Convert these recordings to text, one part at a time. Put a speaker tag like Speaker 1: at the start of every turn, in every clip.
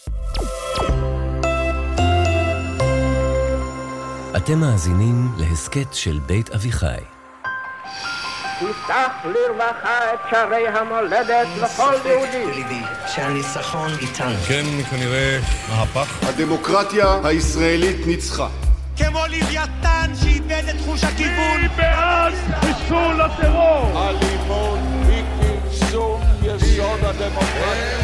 Speaker 1: אתם מאזינים להסכת של בית אביחי.
Speaker 2: תפתח לרווחה את שערי המולדת לכל יהודי.
Speaker 3: שהניצחון איתנו.
Speaker 4: כן, כנראה מהפך.
Speaker 5: הדמוקרטיה הישראלית ניצחה.
Speaker 6: כמו לוויתן שאיבד את חוש הכיוון.
Speaker 7: בעד חיסול הטרור.
Speaker 8: אלימות היא כרסום יסוד הדמוקרטיה.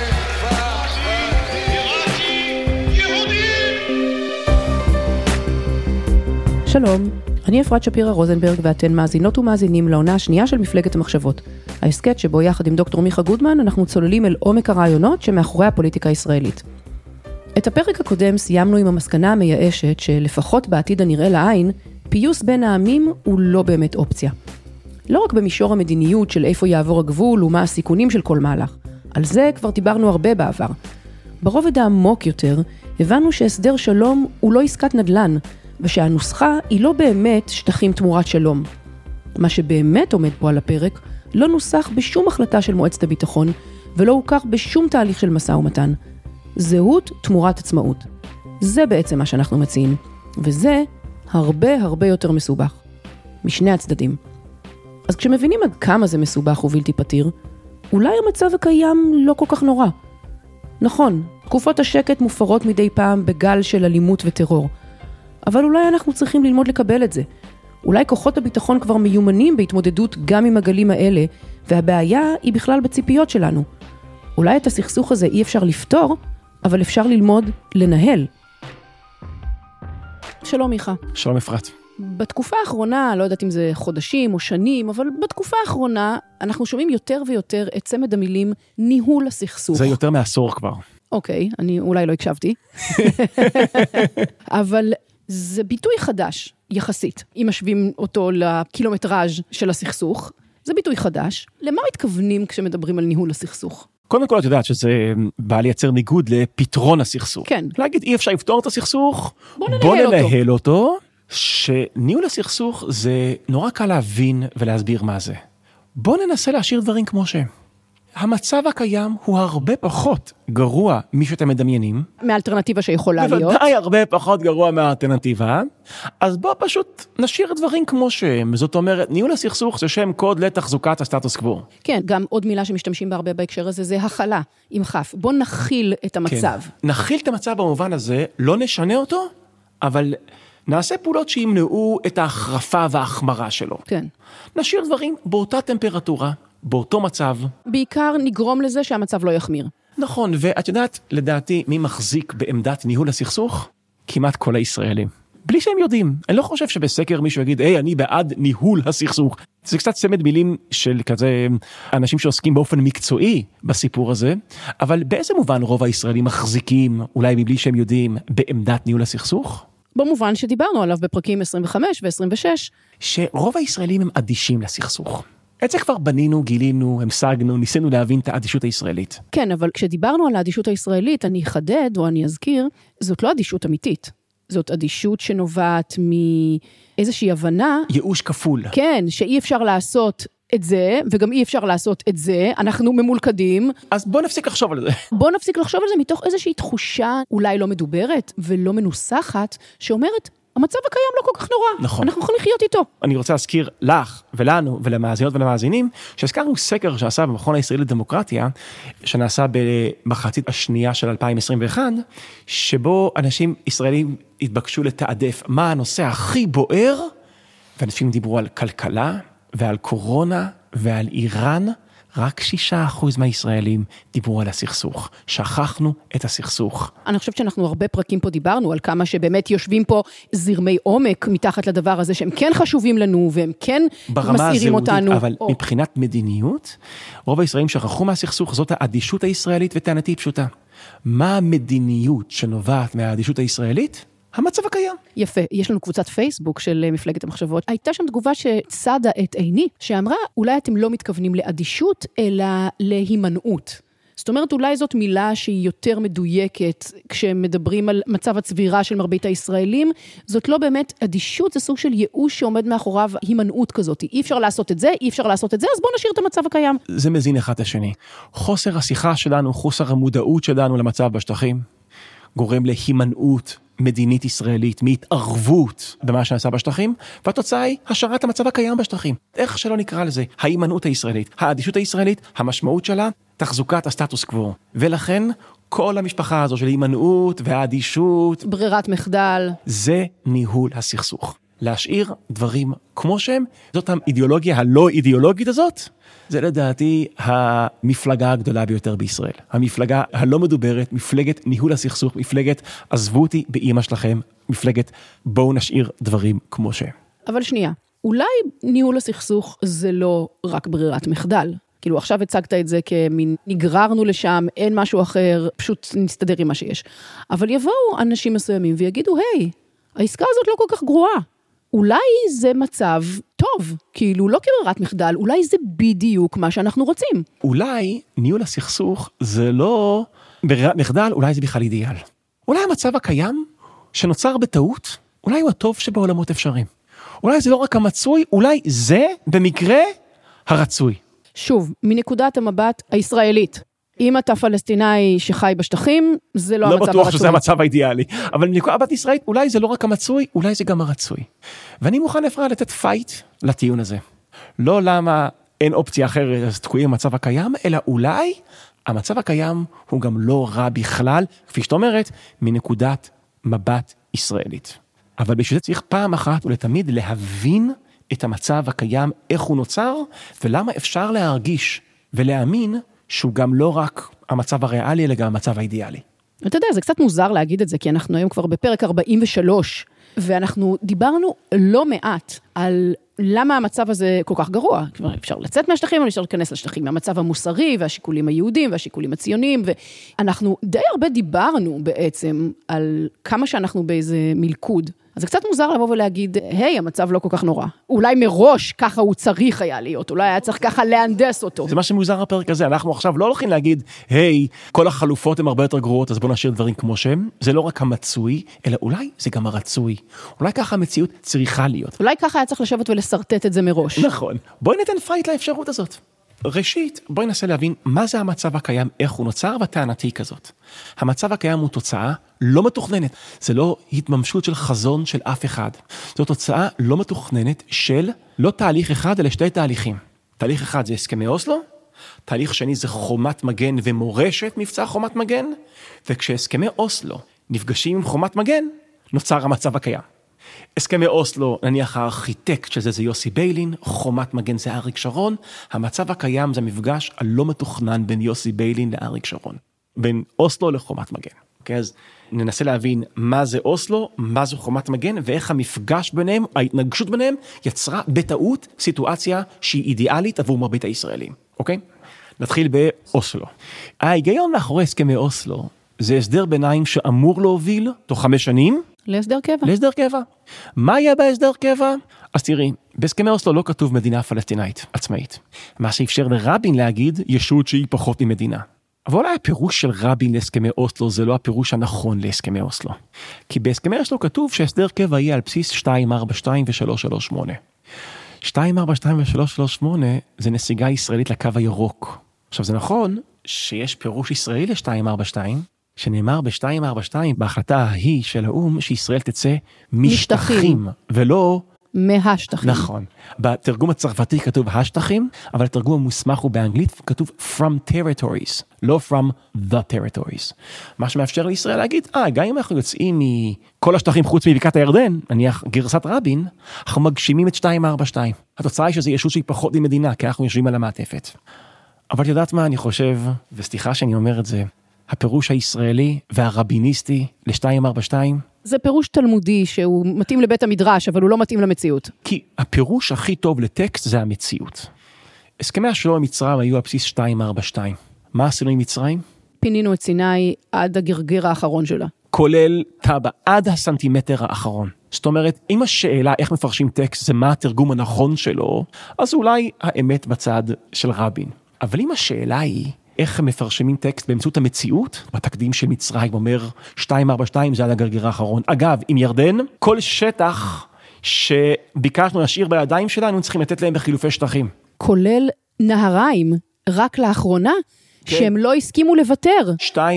Speaker 9: שלום, אני אפרת שפירה רוזנברג ואתן מאזינות ומאזינים לעונה השנייה של מפלגת המחשבות. ההסכת שבו יחד עם דוקטור מיכה גודמן אנחנו צוללים אל עומק הרעיונות שמאחורי הפוליטיקה הישראלית. את הפרק הקודם סיימנו עם המסקנה המייאשת שלפחות בעתיד הנראה לעין, פיוס בין העמים הוא לא באמת אופציה. לא רק במישור המדיניות של איפה יעבור הגבול ומה הסיכונים של כל מהלך. על זה כבר דיברנו הרבה בעבר. ברובד העמוק יותר, הבנו שהסדר שלום הוא לא עסקת נדל"ן, ושהנוסחה היא לא באמת שטחים תמורת שלום. מה שבאמת עומד פה על הפרק לא נוסח בשום החלטה של מועצת הביטחון, ולא הוכר בשום תהליך של משא ומתן. זהות תמורת עצמאות. זה בעצם מה שאנחנו מציעים, וזה הרבה יותר מסובך. משני הצדדים. אז כשמבינים עד כמה זה מסובך ובלתי פתיר, אולי המצב הקיים לא כל כך נורא. נכון, תקופות השקט מופרות מדי פעם בגל של אלימות וטרור, אבל אולי אנחנו צריכים ללמוד לקבל את זה. אולי כוחות הביטחון כבר מיומנים בהתמודדות גם עם הגלים האלה, והבעיה היא בכלל בציפיות שלנו. אולי את הסכסוך הזה אי אפשר לפתור, אבל אפשר ללמוד לנהל. שלום מיכה.
Speaker 10: שלום אפרת.
Speaker 9: בתקופה האחרונה, לא יודעת אם זה חודשים או שנים, אבל בתקופה האחרונה אנחנו שומעים יותר ויותר את צמד המילים ניהול הסכסוך.
Speaker 10: זה יותר מעשור כבר.
Speaker 9: אוקיי, אני אולי לא הקשבתי. אבל זה ביטוי חדש, יחסית. אם משווים אותו לקילומטראז' של הסכסוך, זה ביטוי חדש. למה מתכוונים כשמדברים על ניהול הסכסוך?
Speaker 10: קודם כל את יודעת שזה בא לייצר ניגוד לפתרון הסכסוך.
Speaker 9: כן.
Speaker 10: להגיד אי אפשר לפתור את הסכסוך,
Speaker 9: בוא
Speaker 10: ננהל אותו. שניהול הסכסוך זה נורא קל להבין ולהסביר מה זה. בוא ננסה להשאיר דברים כמו שהם. המצב הקיים הוא הרבה פחות גרוע מי שאתם מדמיינים.
Speaker 9: מהאלטרנטיבה שיכולה להיות.
Speaker 10: בוודאי הרבה פחות גרוע מהאלטרנטיבה. אז בוא פשוט נשאיר דברים כמו שהם. זאת אומרת, ניהול הסכסוך זה שם קוד לתחזוקת הסטטוס קוו. כן.
Speaker 9: גם עוד מילה שמשתמשים בה הרבה בהקשר הזה, זה הכלה עם חף. בוא נכיל את המצב.
Speaker 10: כן. נכיל את המצב במובן הזה, לא נשנה אותו, אבל נעשה פעולות שימנעו את ההחרפה וההחמרה שלו.
Speaker 9: כן.
Speaker 10: נשאיר דברים באותה טמפרטורה, באותו מצב.
Speaker 9: בעיקר נגרום לזה שהמצב לא יחמיר.
Speaker 10: נכון, ואת יודעת, לדעתי, מי מחזיק בעמדת ניהול הסכסוך? כמעט כל הישראלים. בלי שהם יודעים. אני לא חושב שבסקר מישהו יגיד, אני בעד ניהול הסכסוך. זה קצת צמד מילים של כזה אנשים שעוסקים באופן מקצועי בסיפור הזה, אבל באיזה מובן רוב הישראלים מחזיקים, אולי מבלי שהם יודעים, בעמדת ניהול הסכסוך?
Speaker 9: במובן שדיברנו עליו בפרקים 25 ו-26.
Speaker 10: שרוב הישראלים הם אדישים לסכסוך. את זה כבר בנינו, גילינו, המשגנו, ניסינו להבין את האדישות הישראלית.
Speaker 9: כן, אבל כשדיברנו על האדישות הישראלית, אני אחדד או אני אזכיר, זאת לא אדישות אמיתית. זאת אדישות שנובעת מאיזושהי הבנה.
Speaker 10: ייאוש כפול.
Speaker 9: כן, שאי אפשר לעשות את זה, וגם אי אפשר לעשות את זה, אנחנו ממולכדים.
Speaker 10: אז בוא נפסיק לחשוב על זה.
Speaker 9: בוא נפסיק לחשוב על זה מתוך איזושהי תחושה, אולי לא מדוברת ולא מנוסחת, שאומרת, המצב הקיים לא כל כך נורא.
Speaker 10: נכון.
Speaker 9: אנחנו יכולים לחיות איתו.
Speaker 10: אני רוצה להזכיר לך ולנו ולמאזינות ולמאזינים, שהזכרנו סקר שעשה במכון הישראלי לדמוקרטיה, שנעשה במחצית השנייה של 2021, שבו אנשים ישראלים התבקשו לתעדף מה הנושא הכי בוער, ואנשים דיברו על כלכלה ועל קורונה ועל איראן. רק 6% מהישראלים דיברו על הסכסוך. שכחנו את הסכסוך.
Speaker 9: אני חושבת שאנחנו הרבה פרקים פה דיברנו על כמה שבאמת יושבים פה זרמי עומק מתחת לדבר הזה, שהם כן חשובים לנו, והם כן מסעירים אותנו.
Speaker 10: אבל מבחינת מדיניות, רוב הישראלים שכחו מהסכסוך, זאת האדישות הישראלית, וטענתי פשוטה. מה המדיניות שנובעת מהאדישות הישראלית? המצב הקיים.
Speaker 9: יפה, יש לנו קבוצת פייסבוק של מפלגת המחשבות. הייתה שם תגובה שצדה את עיני, שאמרה, אולי אתם לא מתכוונים לאדישות, אלא להימנעות. זאת אומרת, אולי זאת מילה שהיא יותר מדויקת, כשמדברים על מצב הצבירה של מרבית הישראלים, זאת לא באמת אדישות, זה סוג של ייאוש שעומד מאחוריו הימנעות כזאת. אי אפשר לעשות את זה, אי אפשר לעשות את זה, אז בואו נשאיר את המצב הקיים.
Speaker 10: זה מזין אחד השני. חוסר השיחה שלנו, חוסר המודעות שלנו למצב בשטחים, גורם להימנעות מדינית ישראלית, מהתערבות במה שנעשה בשטחים, והתוצאה היא השארת המצב הקיים בשטחים. איך שלא נקרא לזה, ההימנעות הישראלית, האדישות הישראלית, המשמעות שלה, תחזוקת הסטטוס קוו. ולכן, כל המשפחה הזו של הימנעות והאדישות,
Speaker 9: ברירת מחדל,
Speaker 10: זה ניהול הסכסוך. להשאיר דברים כמו שהם, זאת האידיאולוגיה הלא אידיאולוגית הזאת, זה לדעתי המפלגה הגדולה ביותר בישראל. המפלגה הלא מדוברת, מפלגת ניהול הסכסוך, מפלגת עזבו אותי באמא שלכם, מפלגת בואו נשאיר דברים כמו שהם.
Speaker 9: אבל שנייה, אולי ניהול הסכסוך זה לא רק ברירת מחדל. כאילו עכשיו הצגת את זה כמין נגררנו לשם, אין משהו אחר, פשוט נסתדר עם מה שיש. אבל יבואו אנשים מסוימים ויגידו, היי, העסקה הזאת לא כל כך גרועה. אולי זה מצב טוב, כאילו לא כברירת מחדל, אולי זה בדיוק מה שאנחנו רוצים.
Speaker 10: אולי ניהול הסכסוך זה לא ברירת מחדל, אולי זה בכלל אידיאל. אולי המצב הקיים שנוצר בטעות, אולי הוא הטוב שבעולמות אפשריים. אולי זה לא רק המצוי, אולי זה במקרה הרצוי.
Speaker 9: שוב, מנקודת המבט הישראלית. אם אתה פלסטיני שחי בשטחים, זה לא המצב הרצוי.
Speaker 10: לא בטוח שזה המצב האידיאלי. אבל מנקודת המבט ישראלית, אולי זה לא רק המצוי, אולי זה גם הרצוי. ואני מוכן אפשר לתת פייט לטיעון הזה. לא למה אין אופציה אחרת, אז תקועים במצב הקיים, אלא אולי המצב הקיים הוא גם לא רע בכלל, כפי שאת אומרת, מנקודת מבט ישראלית. אבל בשביל זה צריך פעם אחת ולתמיד להבין את המצב הקיים, איך הוא נוצר, ולמה אפשר להרגיש ולהאמין שהוא גם לא רק המצב הריאלי, אלא גם המצב האידיאלי.
Speaker 9: אתה יודע, זה קצת מוזר להגיד את זה, כי אנחנו היום כבר בפרק 43, ואנחנו דיברנו לא מעט על למה המצב הזה כל כך גרוע. כלומר, אפשר לצאת מהשטחים, אבל אפשר להיכנס לשטחים, מהמצב המוסרי, והשיקולים היהודים, והשיקולים הציוניים, ואנחנו די הרבה דיברנו בעצם על כמה שאנחנו באיזה מלכוד. אז זה קצת מוזר לבוא ולהגיד, היי, המצב לא כל כך נורא. אולי מראש ככה הוא צריך היה להיות, אולי היה צריך ככה להנדס אותו.
Speaker 10: זה מה שמוזר הפרק הזה, אנחנו עכשיו לא הולכים להגיד, היי, כל החלופות הן הרבה יותר גרועות, אז בואו נשאיר דברים כמו שהם. זה לא רק המצוי, אלא אולי זה גם הרצוי. אולי ככה המציאות צריכה להיות.
Speaker 9: אולי ככה היה צריך לשבת ולסרטט את זה מראש.
Speaker 10: נכון. בואי ניתן פייט לאפשרות הזאת. ראשית, בואי ננסה להבין מה זה המצב הקיים, איך הוא נוצר, והטענתי כזאת. המצב הקיים הוא תוצאה לא מתוכננת. זה לא התממשות של חזון של אף אחד. זו תוצאה לא מתוכננת של לא תהליך אחד, אלא שתי תהליכים. תהליך אחד זה הסכמי אוסלו, תהליך שני זה חומת מגן ומורשת מבצע חומת מגן, וכשהסכמי אוסלו נפגשים עם חומת מגן, נוצר המצב הקיים. הסכמי אוסלו, נניח הארכיטקט של זה יוסי ביילין, חומת מגן זה אריק שרון, המצב הקיים זה המפגש הלא מתוכנן בין יוסי ביילין לאריק שרון, בין אוסלו לחומת מגן. אוקיי, אז ננסה להבין מה זה אוסלו, מה זה חומת מגן, ואיך המפגש ביניהם, ההתנגשות ביניהם, יצרה בטעות סיטואציה שהיא אידיאלית עבור מרבית הישראלים. אוקיי? נתחיל באוסלו. ההיגיון מאחורי הסכמי אוסלו, זה הסדר ביניים שאמור להוביל תוך 5 שנים,
Speaker 9: להסדר קבע.
Speaker 10: להסדר קבע. מה יהיה בהסדר קבע? אז תראי, בהסכמי אוסלו לא כתוב מדינה פלסטינאית עצמאית. מה שאפשר לרבין להגיד, ישות שהיא פחות ממדינה. אבל אולי הפירוש של רבין להסכמי אוסלו זה לא הפירוש הנכון להסכמי אוסלו. כי בהסכמי אוסלו כתוב שהסדר קבע יהיה על בסיס 242 ו-338. 242 ו-338 זה נסיגה ישראלית לקו הירוק. עכשיו זה נכון שיש פירוש ישראלי ל-242, שנאמר ב-242 בהחלטה ההיא של האום שישראל תצא משטחים ולא
Speaker 9: מהשטחים.
Speaker 10: נכון. בתרגום הצרפתי כתוב השטחים, אבל התרגום המוסמך הוא באנגלית כתוב from territories, לא from the territories. מה שמאפשר לישראל להגיד, גם אם אנחנו יוצאים מכל השטחים חוץ מבקעת הירדן, נניח גרסת רבין, אנחנו מגשימים את 242. התוצאה היא שזה ישות שהיא פחות ממדינה, כי אנחנו יושבים על המעטפת. אבל יודעת מה אני חושב, וסליחה שאני אומר את זה, הפירוש הישראלי והרביניסטי ל-242,
Speaker 9: זה פירוש תלמודי שהוא מתאים לבית המדרש, אבל הוא לא מתאים למציאות.
Speaker 10: כי הפירוש הכי טוב לטקסט זה המציאות. הסכמי השלום עם מצרים היו על בסיס 242. מה עשינו עם מצרים?
Speaker 9: פינינו את סיני עד הגרגר האחרון שלה.
Speaker 10: כולל טבע, עד הסנטימטר האחרון. זאת אומרת, אם השאלה איך מפרשים טקסט זה מה התרגום הנכון שלו, אז אולי האמת בצד של רבין. אבל אם השאלה היא, איך מפרשמים טקסט באמצעות המציאות, בתקדים של מצרים אומר 242 זה על הגרגר האחרון. אגב, עם ירדן, כל שטח שביקשנו להשאיר בידיים שלנו, צריכים לתת להם בחילופי שטחים.
Speaker 9: כולל נהריים, רק לאחרונה, כן. שהם לא הסכימו לוותר.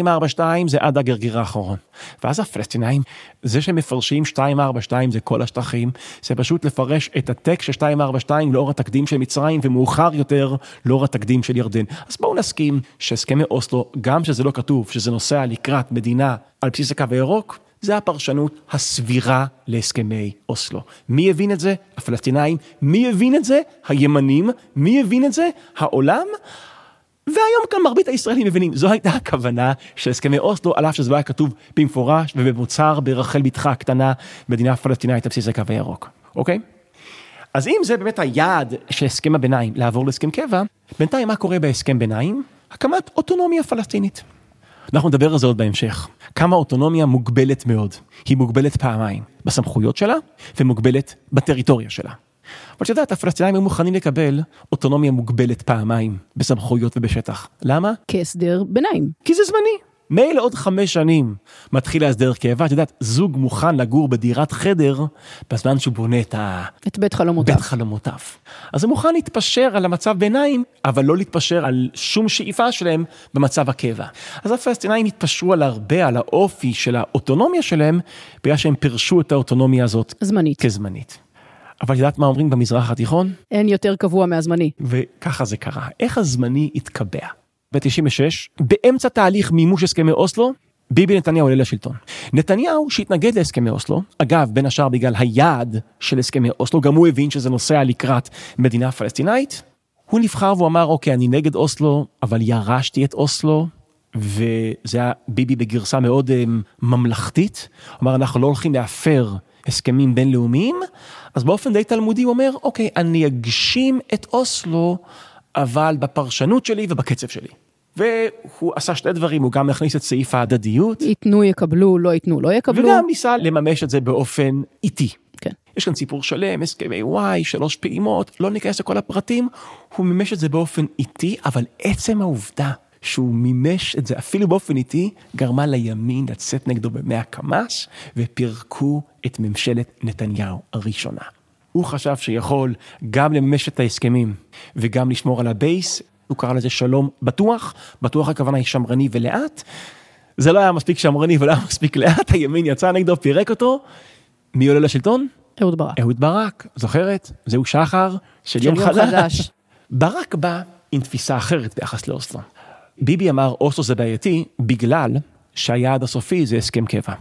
Speaker 10: 242 זה עד הגרגר האחרון. ואז הפלסטינאים, זה שמפרשים 242 זה כל השטחים, זה פשוט לפרש את הטקסט של 242 לאור התקדים של מצרים, ומאוחר יותר לאור התקדים של ירדן. אז בואו נסכים שהסכמי אוסלו, גם שזה לא כתוב, שזה נוסע לקראת מדינה על בסיס הקו הירוק, זה הפרשנות הסבירה להסכמי אוסלו. מי הבין את זה? הפלסטינאים. מי הבין את זה? הימנים. מי הבין את זה? העולם. והיום כאן מרבית הישראלים מבינים, זו הייתה הכוונה של הסכמי אוסלו, על אף שזה לא היה כתוב במפורש ובמוצר ברחל בתך הקטנה, מדינה פלסטינאית על בסיס הקו הירוק. אוקיי? אז אם זה באמת היעד של הסכם הביניים, לעבור להסכם קבע, בינתיים מה קורה בהסכם ביניים? הקמת אוטונומיה פלסטינית. אנחנו נדבר על זה עוד בהמשך. כמה אוטונומיה מוגבלת מאוד. היא מוגבלת פעמיים, בסמכויות שלה ומוגבלת בטריטוריה שלה. אבל שדעת, הפלסטינאים הם מוכנים לקבל אוטונומיה מוגבלת פעמיים, בסמכויות ובשטח. למה?
Speaker 9: כהסדר ביניים.
Speaker 10: כי זה זמני. מילא עוד 5 שנים מתחיל להסדר קבע, את יודעת, זוג מוכן לגור בדירת חדר, בזמן שהוא בונה
Speaker 9: את בית חלומותיו.
Speaker 10: בית חלומותיו. אז הוא מוכן להתפשר על המצב ביניים, אבל לא להתפשר על שום שאיפה שלהם במצב הקבע. אז הפלסטינאים התפשרו על הרבה, על האופי של האוטונומיה שלהם, בגלל שהם פירשו את האוטונומיה הזאת
Speaker 9: זמנית.
Speaker 10: כזמנית. אבל יודעת מה אומרים במזרח התיכון?
Speaker 9: אין יותר קבוע מהזמני.
Speaker 10: וככה זה קרה. איך הזמני התקבע? ב-96, באמצע תהליך מימוש הסכמי אוסלו, ביבי נתניהו עולה לשלטון. נתניהו שהתנגד להסכמי אוסלו, אגב, בין השאר בגלל היעד של הסכמי אוסלו, גם הוא הבין שזה נוסע לקראת מדינה פלסטינאית, הוא נבחר והוא אמר, אוקיי, אני נגד אוסלו, אבל ירשתי את אוסלו, וזה היה ביבי בגרסה מאוד ממלכתית, הוא אמר, אנחנו לא הולכים להפר הסכמים בינלאומיים, אז באופן די תלמודי הוא אומר, אוקיי, אני אגשים את אוסלו, אבל בפרשנות שלי ובקצב שלי. והוא עשה 2 דברים, הוא גם הכניס את סעיף ההדדיות.
Speaker 9: ייתנו יקבלו, לא ייתנו לא יקבלו.
Speaker 10: וגם ניסה לממש את זה באופן איטי.
Speaker 9: כן.
Speaker 10: יש כאן סיפור שלם, הסכמי וואי, 3 פעימות, לא ניכנס לכל הפרטים, הוא מימש את זה באופן איטי, אבל עצם העובדה שהוא מימש את זה אפילו באופן איטי, גרמה לימין לצאת נגדו במאה קמ"ש, ופירקו את ממשלת נתניהו הראשונה. הוא חשב שיכול גם לממש את ההסכמים, וגם לשמור על הבייס, הוא קרא לזה שלום בטוח, בטוח הכוונה היא שמרני ולאט, זה לא היה מספיק שמרני ולא היה מספיק לאט, הימין יצא נגדו, פירק אותו, מי עולה לשלטון?
Speaker 9: אהוד ברק.
Speaker 10: אהוד ברק, זוכרת? זהו שחר של יום חדש. ברק בא עם תפיסה אחרת ביחס לאוסלו. ביבי אמר, אוסלו זה בעייתי, בגלל שהיעד הסופי זה הסכם קבע.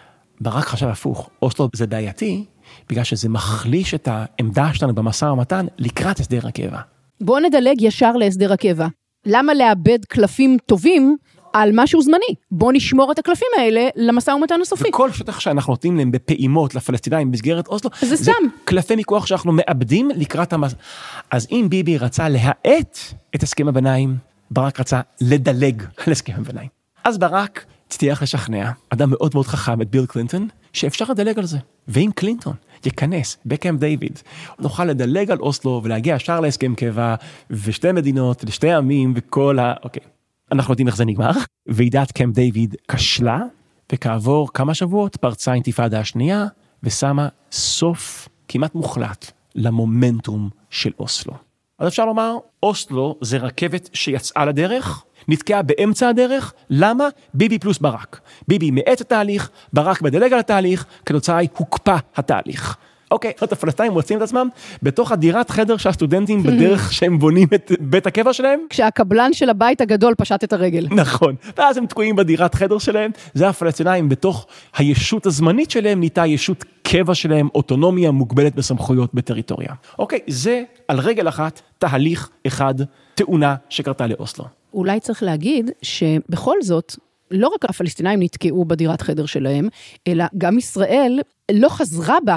Speaker 10: ברק חשב הפוך, אוסלו זה בעייתי, בגלל שזה מחליש את העמדה שלנו במשא ומתן לקראת הסדר הקבע.
Speaker 9: בוא נדלג ישר להסדר הקבע. למה לאבד קלפים טובים על משהו זמני? בוא נשמור את הקלפים האלה למשא ומתן הסופי.
Speaker 10: וכל שטח שאנחנו נותנים להם בפעימות לפלסטינאים במסגרת אוסלו,
Speaker 9: זה סתם.
Speaker 10: קלפי מיקוח שאנחנו מאבדים לקראת אז אם ביבי רצה להאט את הסכם הביניים, ברק רצה לדלג על הסכם הביניים. אז ברק הצליח לשכנע, אדם מאוד מאוד חכם, את ביל קלינטון, שאפשר לדלג על זה. ואם קלינטון יכנס בקמפ דיוויד, נוכל לדלג על אוסלו ולהגיע ישר להסכם קבע, ושתי מדינות, לשתי עמים, וכל אוקיי. אנחנו יודעים איך זה נגמר. ועידת קמפ דיוויד כשלה, וכעבור כמה שבועות פרצה האינתיפאדה השנייה, ושמה סוף כמעט מוחלט למומנטום של אוסלו. אז אפשר לומר, אוסלו זה רכבת שיצאה לדרך, נתקעה באמצע הדרך, למה? ביבי פלוס ברק. ביבי מאט התהליך, ברק מדלג על התהליך, כתוצאה היא הוקפא התהליך. אוקיי, את הפלסטינאים מוצאים את עצמם בתוך הדירת חדר שהסטודנטים בדרך שהם בונים את בית הקבע שלהם.
Speaker 9: כשהקבלן של הבית הגדול פשט את הרגל.
Speaker 10: נכון, ואז הם תקועים בדירת חדר שלהם, זה הפלסטינאים בתוך הישות הזמנית שלהם, נהייתה ישות קבע שלהם, אוטונומיה מוגבלת בסמכויות בטריטוריה. אוקיי, זה על רגל אחת, תהליך אחד, תאונה שקרתה לאוסלו.
Speaker 9: אולי צריך להגיד שבכל זאת, לא רק הפלסטינאים נתקעו בדירת חדר שלהם, אלא גם ישראל לא חזרה בה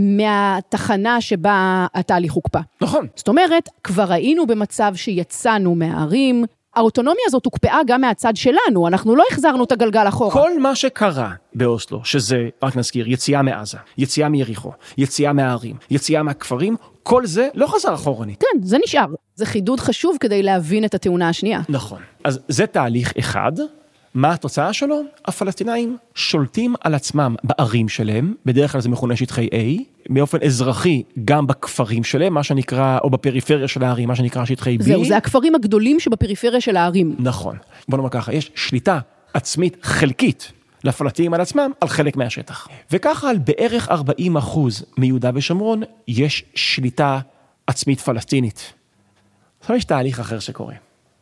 Speaker 9: מהתחנה שבה התהליך הוקפא.
Speaker 10: נכון.
Speaker 9: זאת אומרת, כבר היינו במצב שיצאנו מהערים, האוטונומיה הזאת הוקפאה גם מהצד שלנו, אנחנו לא החזרנו את הגלגל אחורה.
Speaker 10: כל מה שקרה באוסלו, שזה, רק נזכיר, יציאה מעזה, יציאה מיריחו, יציאה מהערים, יציאה מהכפרים, כל זה לא חזר אחורנית.
Speaker 9: כן, זה נשאר. זה חידוד חשוב כדי להבין את התאונה השנייה.
Speaker 10: נכון. אז זה תהליך אחד. מה התוצאה שלו? הפלסטינאים שולטים על עצמם בערים שלהם, בדרך כלל זה מכונה שטחי A, באופן אזרחי גם בכפרים שלהם, מה שנקרא, או בפריפריה של הערים, מה שנקרא שטחי B.
Speaker 9: זהו, זה הכפרים הגדולים שבפריפריה של הערים.
Speaker 10: נכון. בוא נאמר ככה, יש שליטה עצמית חלקית לפלסטינים על עצמם, על חלק מהשטח. וככה על בערך 40% מיהודה ושומרון, יש שליטה עצמית פלסטינית. עכשיו יש תהליך אחר שקורה.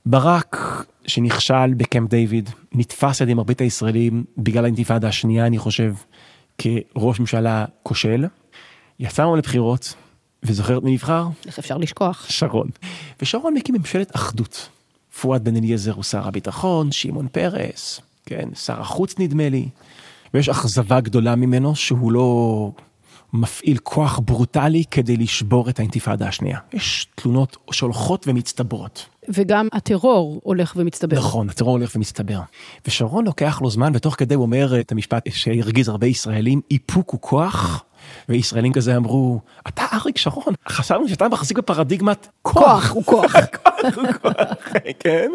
Speaker 10: ברק שנכשל בקמפ דיוויד, נתפס על ידי מרבית הישראלים בגלל האינתיפאדה השנייה, אני חושב, כראש ממשלה כושל. יצאנו לבחירות, וזוכרת מי נבחר?
Speaker 9: איך אפשר לשכוח?
Speaker 10: שרון. ושרון מקים ממשלת אחדות. פואד בן אליעזר הוא שר הביטחון, שמעון פרס, כן, שר החוץ נדמה לי. ויש אכזבה גדולה ממנו שהוא לא מפעיל כוח ברוטלי כדי לשבור את האינתיפאדה השנייה. יש תלונות שהולכות ומצטברות.
Speaker 9: וגם הטרור הולך ומצטבר.
Speaker 10: נכון, הטרור הולך ומצטבר. ושרון לוקח לו זמן, ותוך כדי הוא אומר את המשפט שהרגיז הרבה ישראלים, איפוק הוא כוח, וישראלים כזה אמרו, אתה אריק שרון, חשבנו שאתה מחזיק בפרדיגמת
Speaker 9: כוח הוא כוח.
Speaker 10: כוח הוא כוח, כן?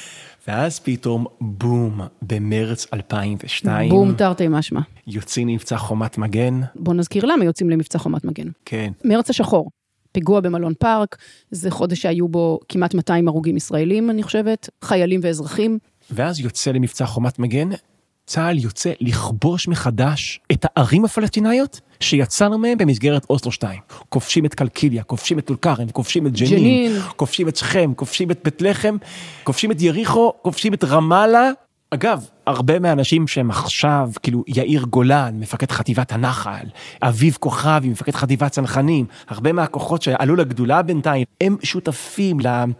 Speaker 10: ואז פתאום בום, במרץ 2002.
Speaker 9: בום תרתי משמע.
Speaker 10: יוצאים למבצע חומת מגן.
Speaker 9: בוא נזכיר למה יוצאים למבצע חומת מגן.
Speaker 10: כן.
Speaker 9: מרץ השחור. פיגוע במלון פארק, זה חודש שהיו בו כמעט 200 הרוגים ישראלים, אני חושבת, חיילים ואזרחים.
Speaker 10: ואז יוצא למבצע חומת מגן, צה"ל יוצא לכבוש מחדש את הערים הפלסטיניות שיצאנו מהם במסגרת אוסלו 2. כובשים את קלקיליה, כובשים את טול כרם, כובשים את ג'נין, כובשים את שכם, כובשים את בית לחם, כובשים את יריחו, כובשים את רמאללה. אגב, הרבה מהאנשים שהם עכשיו, כאילו יאיר גולן, מפקד חטיבת הנחל, אביב כוכבי, מפקד חטיבת צנחנים, הרבה מהכוחות שעלו לגדולה בינתיים, הם שותפים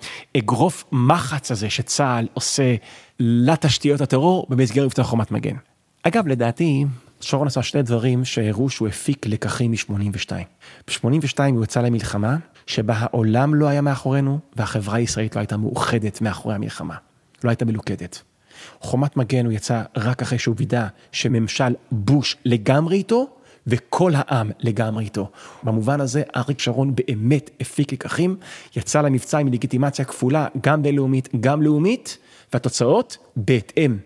Speaker 10: לאגרוף מחץ הזה שצה"ל עושה לתשתיות הטרור במסגרת מבצע חומת מגן. אגב, לדעתי, שרון עשה שני דברים שהראו שהוא הפיק לקחים מ-82. ב-82 הוא יצא למלחמה שבה העולם לא היה מאחורינו, והחברה הישראלית לא הייתה מאוחדת מאחורי המלחמה. לא הייתה מלוכדת. חומת מגן הוא יצא רק אחרי שהוא וידע שממשל בוש לגמרי איתו, וכל העם לגמרי איתו. במובן הזה, אריק שרון באמת הפיק לקחים, יצא למבצע עם לגיטימציה כפולה, גם בינלאומית, גם לאומית, והתוצאות בהתאם.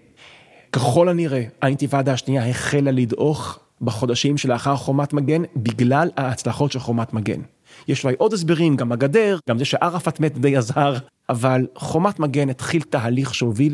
Speaker 10: ככל הנראה, האינתיפאדה השנייה החלה לדעוך בחודשים שלאחר חומת מגן, בגלל ההצלחות של חומת מגן. יש אולי עוד הסברים, גם הגדר, גם זה שערפאת מת די עזר, אבל חומת מגן התחיל תהליך שהוביל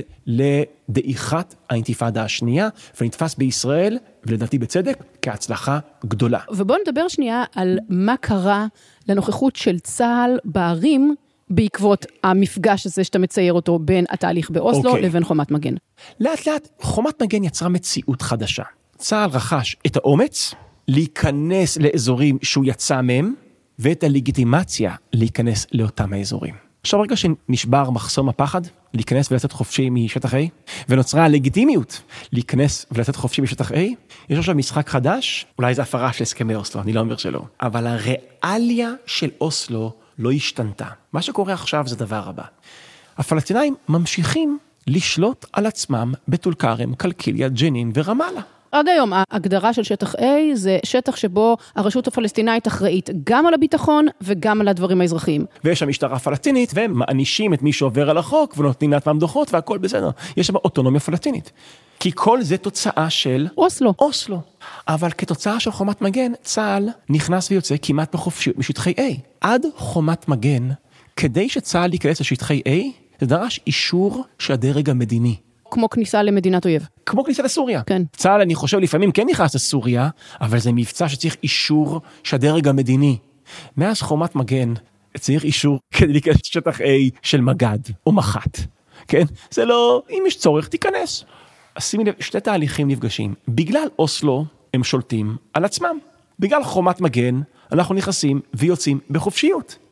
Speaker 10: לדעיכת האינתיפאדה השנייה, ונתפס בישראל, ולדעתי בצדק, כהצלחה גדולה.
Speaker 9: ובואו נדבר שנייה על מה קרה לנוכחות של צה"ל בערים, בעקבות המפגש הזה שאתה מצייר אותו בין התהליך באוסלו לבין חומת מגן.
Speaker 10: לאט לאט חומת מגן יצרה מציאות חדשה. צה"ל רכש את האומץ להיכנס לאזורים שהוא יצא מהם, ואת הלגיטימציה להיכנס לאותם האזורים. עכשיו רגע שנשבר מחסום הפחד, להיכנס ולצאת חופשי משטח A, ונוצרה הלגיטימיות להיכנס ולצאת חופשי משטח A, יש עכשיו משחק חדש, אולי זה הפרה של הסכמי אוסלו, אני לא אומר שלא, אבל הריאליה של אוסלו לא השתנתה. מה שקורה עכשיו זה דבר הבא. הפלסטינאים ממשיכים לשלוט על עצמם בטול כרם, קלקיליה, ג'נין ורמאללה.
Speaker 9: עד היום, ההגדרה של שטח A זה שטח שבו הרשות הפלסטינאית אחראית גם על הביטחון וגם על הדברים האזרחיים.
Speaker 10: ויש המשטרה הפלסטינית, והם מענישים את מי שעובר על החוק, ונותנים לעצמם דוחות, והכל בסדר. יש שם אוטונומיה פלסטינית. כי כל זה תוצאה של אוסלו. אבל כתוצאה של חומת מגן, צה"ל נכנס ויוצא כמעט בחופשיות משטחי A. עד חומת מגן, כדי שצה"ל ייכנס לשטחי A, זה דרש אישור של הדרג המדיני.
Speaker 9: כמו כניסה למדינת אויב.
Speaker 10: כמו כניסה לסוריה.
Speaker 9: כן.
Speaker 10: צה"ל, אני חושב, לפעמים כן נכנס לסוריה, אבל זה מבצע שצריך אישור של הדרג המדיני. מאז חומת מגן, צריך אישור כדי להיכנס לשטח A של מגד או מח"ט. כן? זה לא, אם יש צורך, תיכנס. אז שימי לב, שתי תהליכים נפגשים. בגלל אוסלו, הם שולטים על עצמם. בגלל חומת מגן, אנחנו נכנסים ויוצאים בחופשיות.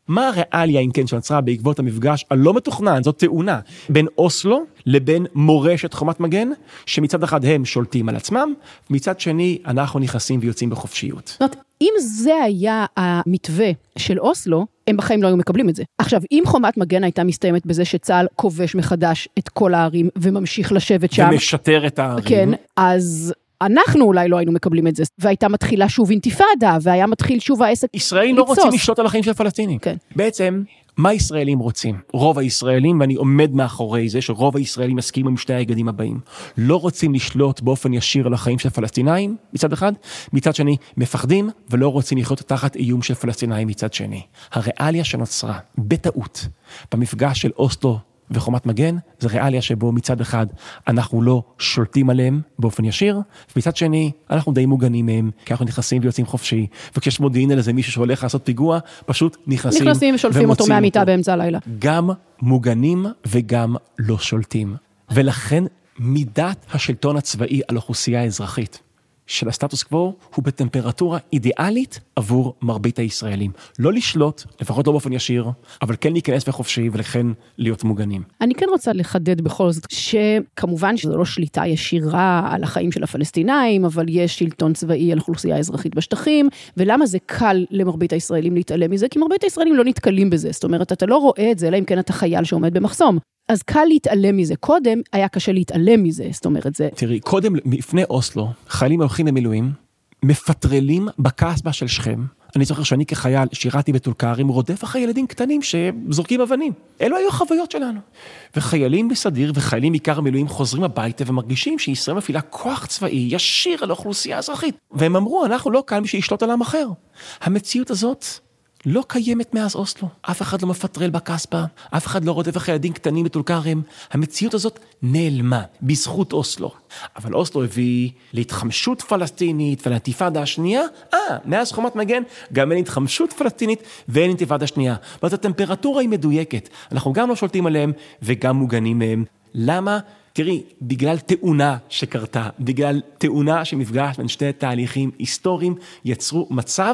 Speaker 10: מה הריאליה אם כן שנוצרה בעקבות המפגש הלא מתוכנן, זאת תאונה, בין אוסלו לבין מורשת חומת מגן, שמצד אחד הם שולטים על עצמם, ומצד שני אנחנו נכנסים ויוצאים בחופשיות.
Speaker 9: זאת אומרת, אם זה היה המתווה של אוסלו, הם בחיים לא היו מקבלים את זה. עכשיו, אם חומת מגן הייתה מסתיימת בזה שצה"ל כובש מחדש את כל הערים וממשיך לשבת שם,
Speaker 10: ומשטר את הערים.
Speaker 9: כן, אז אנחנו אולי לא היינו מקבלים את זה, והייתה מתחילה שוב אינתיפאדה, והיה מתחיל שוב העסק
Speaker 10: ישראלים לא רוצים לשלוט על החיים של הפלסטינים.
Speaker 9: כן.
Speaker 10: בעצם, מה ישראלים רוצים? רוב הישראלים, ואני עומד מאחורי זה, שרוב הישראלים מסכימים עם שתי היגדים הבאים. לא רוצים לשלוט באופן ישיר על החיים של פלסטינאים, מצד אחד, מצד שני, מפחדים, ולא רוצים לחיות תחת איום של פלסטינאים מצד שני. הריאליה שנוצרה, בטעות, במפגש של אוסלו וחומת מגן, זה ריאליה שבו מצד אחד אנחנו לא שולטים עליהם באופן ישיר, ומצד שני אנחנו די מוגנים מהם, כי אנחנו נכנסים ויוצאים חופשי, וכשיש מודיעין על איזה מישהו שהולך לעשות פיגוע, פשוט נכנסים
Speaker 9: ושולפים אותו מהמיטה באמצע הלילה.
Speaker 10: גם מוגנים וגם לא שולטים. ולכן מידת השלטון הצבאי על אוכלוסייה האזרחית של הסטטוס קוו הוא בטמפרטורה אידיאלית עבור מרבית הישראלים. לא לשלוט, לפחות לא באופן ישיר, אבל כן להיכנס בחופשי ולכן להיות מוגנים.
Speaker 9: אני כן רוצה לחדד בכל זאת, שכמובן שזו לא שליטה ישירה על החיים של הפלסטינאים, אבל יש שלטון צבאי על אוכלוסייה האזרחית בשטחים, ולמה זה קל למרבית הישראלים להתעלם מזה? כי מרבית הישראלים לא נתקלים בזה, זאת אומרת, אתה לא רואה את זה, אלא אם כן אתה חייל שעומד במחסום. אז קל להתעלם מזה. קודם היה קשה להתעלם מזה, זאת אומרת זה.
Speaker 10: תראי, קודם, לפני אוסלו, חיילים הולכים למילואים, מפטרלים בקסבה של שכם. אני זוכר שאני כחייל שירתי בטול כרם, רודף אחרי ילדים קטנים שזורקים אבנים. אלו היו החוויות שלנו. וחיילים בסדיר וחיילים עיקר המילואים חוזרים הביתה ומרגישים שישראל מפעילה כוח צבאי ישיר על האוכלוסייה האזרחית. והם אמרו, אנחנו לא כאן בשביל לשלוט על עם אחר. המציאות הזאת לא קיימת מאז אוסלו. אף אחד לא מפטרל בקסבה, אף אחד לא רודף אחרי ילדים קטנים בטול כרם. המציאות הזאת נעלמה בזכות אוסלו. אבל אוסלו הביא להתחמשות פלסטינית ולאינתיפאדה השנייה. מאז חומת מגן גם אין התחמשות פלסטינית ואין אינתיפאדה שנייה. ואז הטמפרטורה היא מדויקת. אנחנו גם לא שולטים עליהם וגם מוגנים מהם. למה? תראי, בגלל תאונה שקרתה, בגלל תאונה שמפגש בין שני תהליכים היסטוריים, יצרו מצב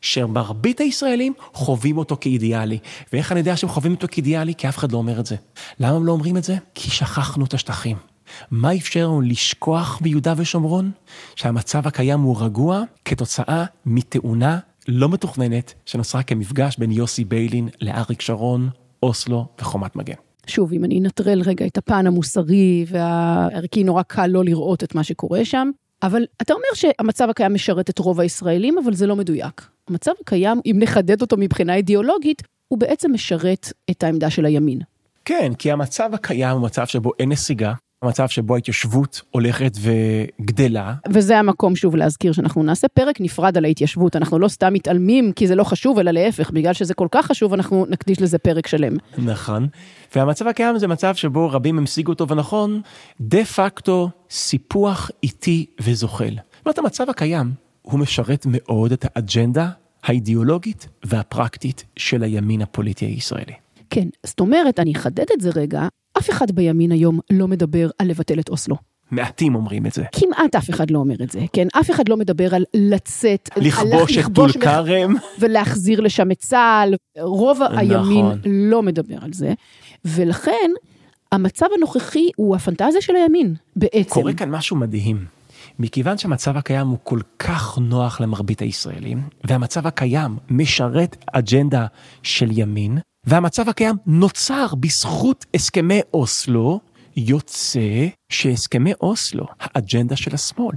Speaker 10: שמרבית הישראלים חווים אותו כאידיאלי. ואיך אני יודע שהם חווים אותו כאידיאלי? כי אף אחד לא אומר את זה. למה הם לא אומרים את זה? כי שכחנו את השטחים. מה אפשר לנו לשכוח ביהודה ושומרון? שהמצב הקיים הוא רגוע כתוצאה מתאונה לא מתוכננת שנוצרה כמפגש בין יוסי ביילין לאריק שרון, אוסלו וחומת מגן.
Speaker 9: שוב, אם אני אנטרל רגע את הפן המוסרי והערכי, נורא קל לא לראות את מה שקורה שם. אבל אתה אומר שהמצב הקיים משרת את רוב הישראלים, אבל זה לא מדויק. המצב הקיים, אם נחדד אותו מבחינה אידיאולוגית, הוא בעצם משרת את העמדה של הימין.
Speaker 10: כן, כי המצב הקיים הוא מצב שבו אין נסיגה, המצב שבו ההתיישבות הולכת וגדלה.
Speaker 9: וזה המקום שוב להזכיר שאנחנו נעשה פרק נפרד על ההתיישבות, אנחנו לא סתם מתעלמים כי זה לא חשוב, אלא להפך, בגלל שזה כל כך חשוב, אנחנו נקדיש לזה פרק שלם.
Speaker 10: נכון, והמצב הקיים זה מצב שבו רבים המשיגו אותו ונכון, דה פקטו סיפוח איטי וזוחל. זאת אומרת, המצב הקיים הוא משרת מאוד את האג'נדה האידיאולוגית והפרקטית של הימין הפוליטי הישראלי.
Speaker 9: כן, זאת אומרת, אני אחדד את זה רגע, אף אחד בימין היום לא מדבר על לבטל את אוסלו.
Speaker 10: מעטים אומרים את זה.
Speaker 9: כמעט אף אחד לא אומר את זה, כן? אף אחד לא מדבר על לצאת,
Speaker 10: לכבוש את טול כרם.
Speaker 9: ולהחזיר לשם את צה"ל. רוב הימין לא מדבר על זה. ולכן, המצב הנוכחי הוא הפנטזיה של הימין, בעצם.
Speaker 10: קורה כאן משהו מדהים. מכיוון שהמצב הקיים הוא כל כך נוח למרבית הישראלים, והמצב הקיים משרת אג'נדה של ימין, והמצב הקיים נוצר בזכות הסכמי אוסלו, יוצא שהסכמי אוסלו, האג'נדה של השמאל.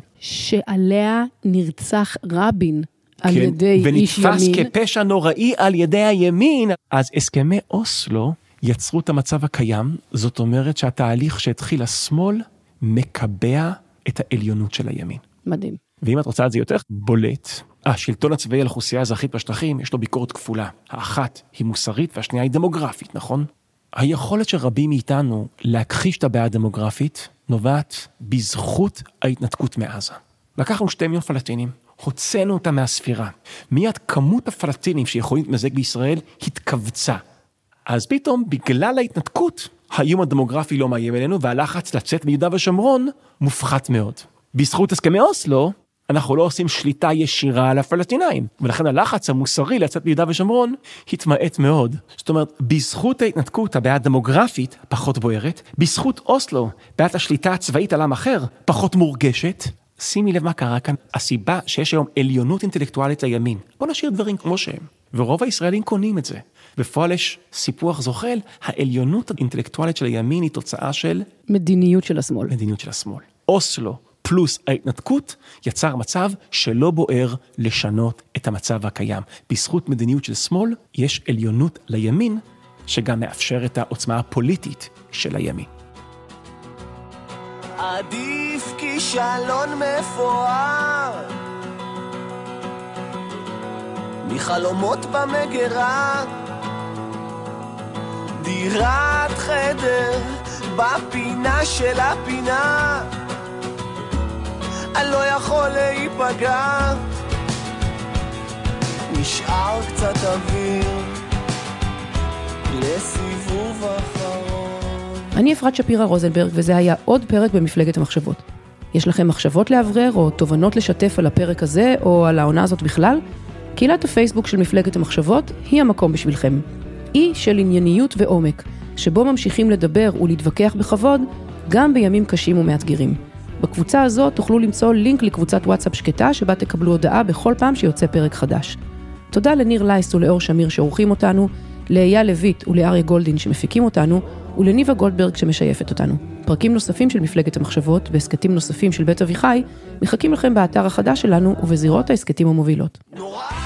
Speaker 9: שעליה נרצח רבין על ידי איש ימין.
Speaker 10: ונתפס כפשע נוראי על ידי הימין. אז הסכמי אוסלו יצרו את המצב הקיים, זאת אומרת שהתהליך שהתחיל השמאל מקבע את העליונות של הימין.
Speaker 9: מדהים.
Speaker 10: ואם את רוצה את זה יותר בולט, השלטון הצבאי על האוכלוסייה האזרחית בשטחים יש לו ביקורת כפולה. האחת היא מוסרית והשנייה היא דמוגרפית, נכון? היכולת של רבים מאיתנו להכחיש את הבעיה הדמוגרפית נובעת בזכות ההתנתקות מעזה. לקחנו 2 מיליון פלסטינים, הוצאנו אותם מהספירה. מיד כמות הפלסטינים שיכולים להתמזג בישראל התכווצה. אז פתאום בגלל ההתנתקות, האיום הדמוגרפי לא מאיים אלינו והלחץ לצאת ביהודה ושומרון מופחת מאוד. בזכות הסכמי אוסלו, אנחנו לא עושים שליטה ישירה על הפלסטינאים, ולכן הלחץ המוסרי לצאת ביהודה ושומרון התמעט מאוד. זאת אומרת, בזכות ההתנתקות, הבעיה הדמוגרפית פחות בוערת, בזכות אוסלו, בעיית השליטה הצבאית על עם אחר פחות מורגשת. שימי לב מה קרה כאן, הסיבה שיש היום עליונות אינטלקטואלית לימין. בוא נשאיר דברים כמו שהם, ורוב הישראלים קונים את זה. בפועל יש סיפוח זוחל, העליונות האינטלקטואלית של הימין היא תוצאה של
Speaker 9: מדיניות של השמאל.
Speaker 10: מדיניות של השמאל. אוסלו פלוס ההתנתקות יצר מצב שלא בוער לשנות את המצב הקיים. בזכות מדיניות של שמאל יש עליונות לימין שגם מאפשר את העוצמה הפוליטית של הימין.
Speaker 11: עדיף כישלון מפואר מחלומות במגרה, דירת חדר בפינה של הפינה, אני לא יכול להיפגע, נשאר קצת אוויר לסיבוב אחרון.
Speaker 9: אני אפרת שפירא רוזנברג, וזה היה עוד פרק במפלגת המחשבות. יש לכם מחשבות לאוורר או תובנות לשתף על הפרק הזה או על העונה הזאת בכלל? קהילת הפייסבוק של מפלגת המחשבות היא המקום בשבילכם. אי של ענייניות ועומק, שבו ממשיכים לדבר ולהתווכח בכבוד, גם בימים קשים ומאתגרים. בקבוצה הזאת תוכלו למצוא לינק לקבוצת וואטסאפ שקטה, שבה תקבלו הודעה בכל פעם שיוצא פרק חדש. תודה לניר לייס ולאור שמיר שעורכים אותנו, לאייל לויט ולאריה גולדין שמפיקים אותנו, ולניבה גולדברג שמשייפת אותנו. פרקים נוספים של מפלגת המחשבות והסקטים נוספים של בית אביחי מחכים לכם באתר החדש שלנו ובזירות ההסקטים המובילות.